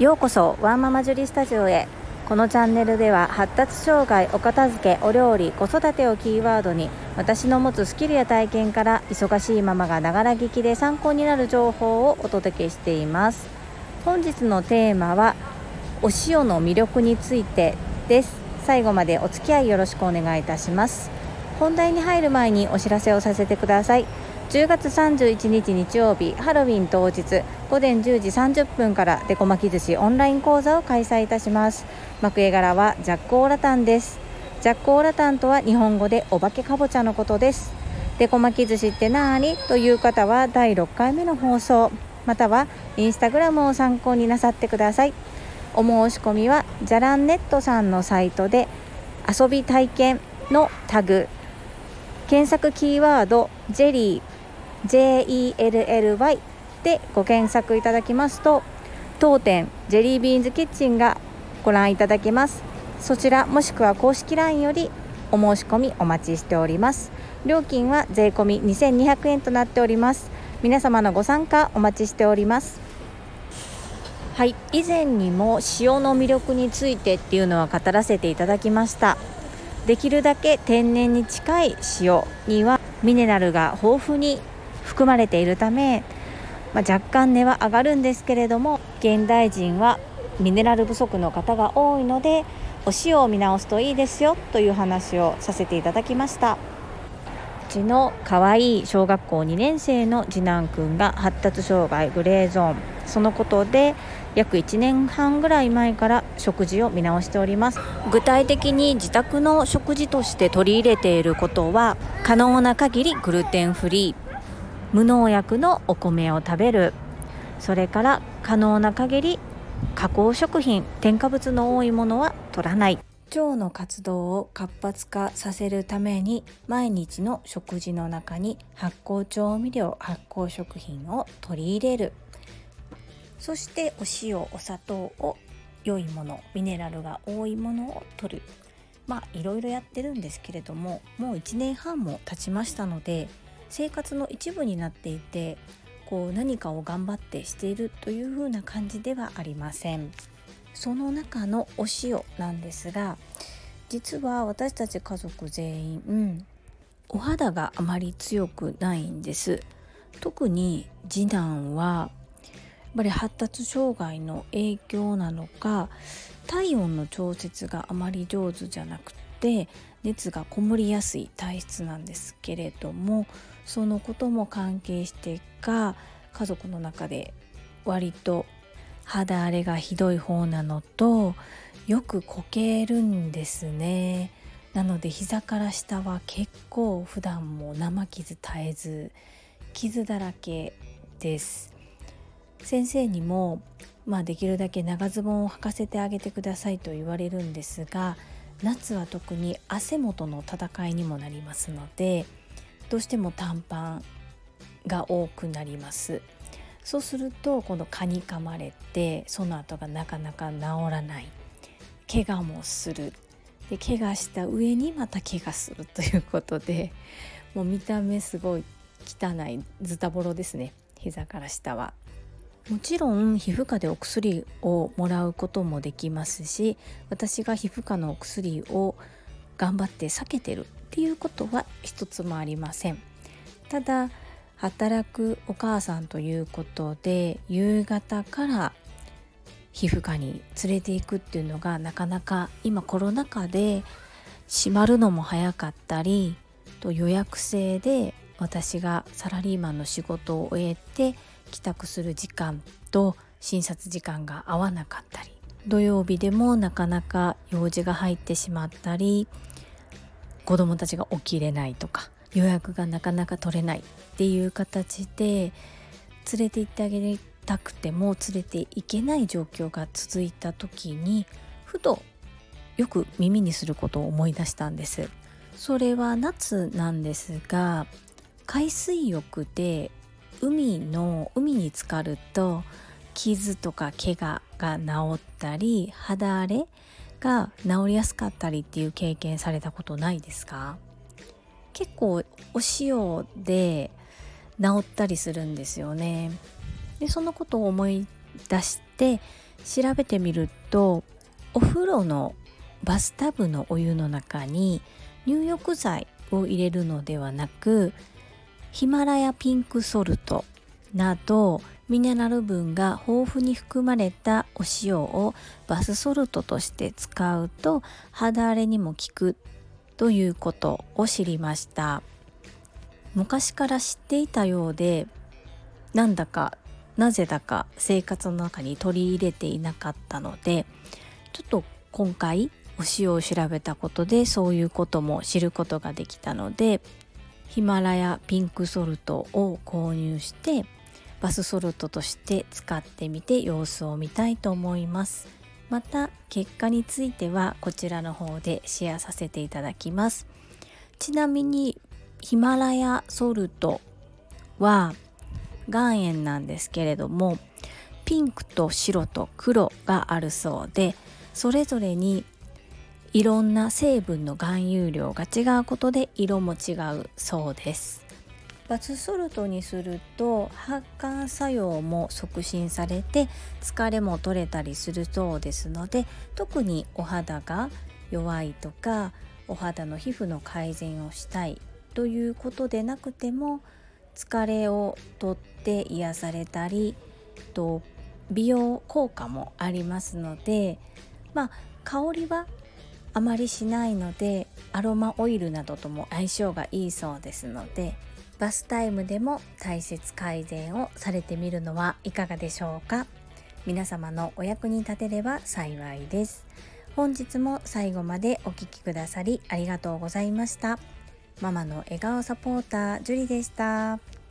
ようこそワンママジュリスタジオへ。このチャンネルでは発達障害、お片付け、お料理、子育てをキーワードに私の持つスキルや体験から忙しいママがながら聞きで参考になる情報をお届けしています。本日のテーマはお塩の魅力についてです。最後までお付き合いよろしくお願いいたします。本題に入る前にお知らせをさせてください。10月31日日曜日、ハロウィン当日午前10時30分からデコ巻き寿司オンライン講座を開催いたします。幕絵柄はジャックオーラタンです。ジャックオーラタンとは日本語でお化けかぼちゃのことです。デコ巻き寿司ってなーにという方は第6回目の放送またはインスタグラムを参考になさってください。お申し込みはじゃらんネットさんのサイトで遊び体験のタグ検索キーワードジェリーJELLY でご検索いただきますと当店ジェリービーンズキッチンがご覧いただけます。そちらもしくは公式 LINE よりお申し込みお待ちしております。料金は税込み2200円となっております。皆様のご参加お待ちしております。はい、以前にも塩の魅力についてっていうのは語らせていただきました。できるだけ天然に近い塩にはミネラルが豊富に含まれているため、若干値は上がるんですけれども、現代人はミネラル不足の方が多いのでお塩を見直すといいですよという話をさせていただきました。うちの可愛い小学校2年生の次男くんが発達障害グレーゾーン、そのことで約1年半ぐらい前から食事を見直しております。具体的に自宅の食事として取り入れていることは、可能な限りグルテンフリー、無農薬のお米を食べる、それから可能な限り加工食品、添加物の多いものは取らない。腸の活動を活発化させるために毎日の食事の中に発酵調味料、発酵食品を取り入れる。そしてお塩、お砂糖を良いもの、ミネラルが多いものを取る。いろいろやってるんですけれども、もう1年半も経ちましたので生活の一部になっていて、何かを頑張ってしているという風な感じではありません。その中のお塩なんですが、実は私たち家族全員、お肌があまり強くないんです。特に次男はやっぱり発達障害の影響なのか、体温の調節があまり上手じゃなくて熱がこもりやすい体質なんですけれども、そのことも関係してか家族の中で割と肌荒れがひどい方なのと、よくこけるんですね。なので膝から下は結構普段も生傷絶えず傷だらけです。先生にもできるだけ長ズボンを履かせてあげてくださいと言われるんですが、夏は特に汗元の戦いにもなりますので、どうしても短パンが多くなります。そうするとこの蚊に噛まれて、その後がなかなか治らない、怪我もする、で怪我した上にまた怪我するということで、もう見た目すごい汚いズタボロですね。膝から下はもちろん皮膚科でお薬をもらうこともできますし、私が皮膚科のお薬を頑張って避けてるっていうことは一つもありません。ただ働くお母さんということで夕方から皮膚科に連れて行くっていうのがなかなか今コロナ禍で閉まるのも早かったりと、予約制で私がサラリーマンの仕事を終えて帰宅する時間と診察時間が合わなかったり、土曜日でもなかなか用事が入ってしまったり、子どもたちが起きれないとか予約がなかなか取れないっていう形で連れて行ってあげたくても連れて行けない状況が続いた時に、ふとよく耳にすることを思い出したんです。それは夏なんですが、海水浴で海に浸かると傷とか怪我が治ったり肌荒れが治りやすかったりっていう経験されたことないですか？結構お塩で治ったりするんですよね。でそのことを思い出して調べてみると、お風呂のバスタブのお湯の中に入浴剤を入れるのではなく、ヒマラヤピンクソルトなどミネラル分が豊富に含まれたお塩をバスソルトとして使うと肌荒れにも効くということを知りました。昔から知っていたようで、なぜだか生活の中に取り入れていなかったので、ちょっと今回お塩を調べたことでそういうことも知ることができたので、ヒマラヤピンクソルトを購入してバスソルトとして使ってみて様子を見たいと思います。また結果についてはこちらの方でシェアさせていただきます。ちなみにヒマラヤソルトは岩塩なんですけれども、ピンクと白と黒があるそうで、それぞれにいろんな成分の含有量が違うことで色も違うそうです。バスソルトにすると発汗作用も促進されて疲れも取れたりするそうですので、特にお肌が弱いとかお肌の皮膚の改善をしたいということでなくても、疲れを取って癒されたりと美容効果もありますので、香りはあまりしないのでアロマオイルなどとも相性がいいそうですので、バスタイムでも体質改善をされてみるのはいかがでしょうか。皆様のお役に立てれば幸いです。本日も最後までお聞きくださりありがとうございました。ママの笑顔サポータージュリでした。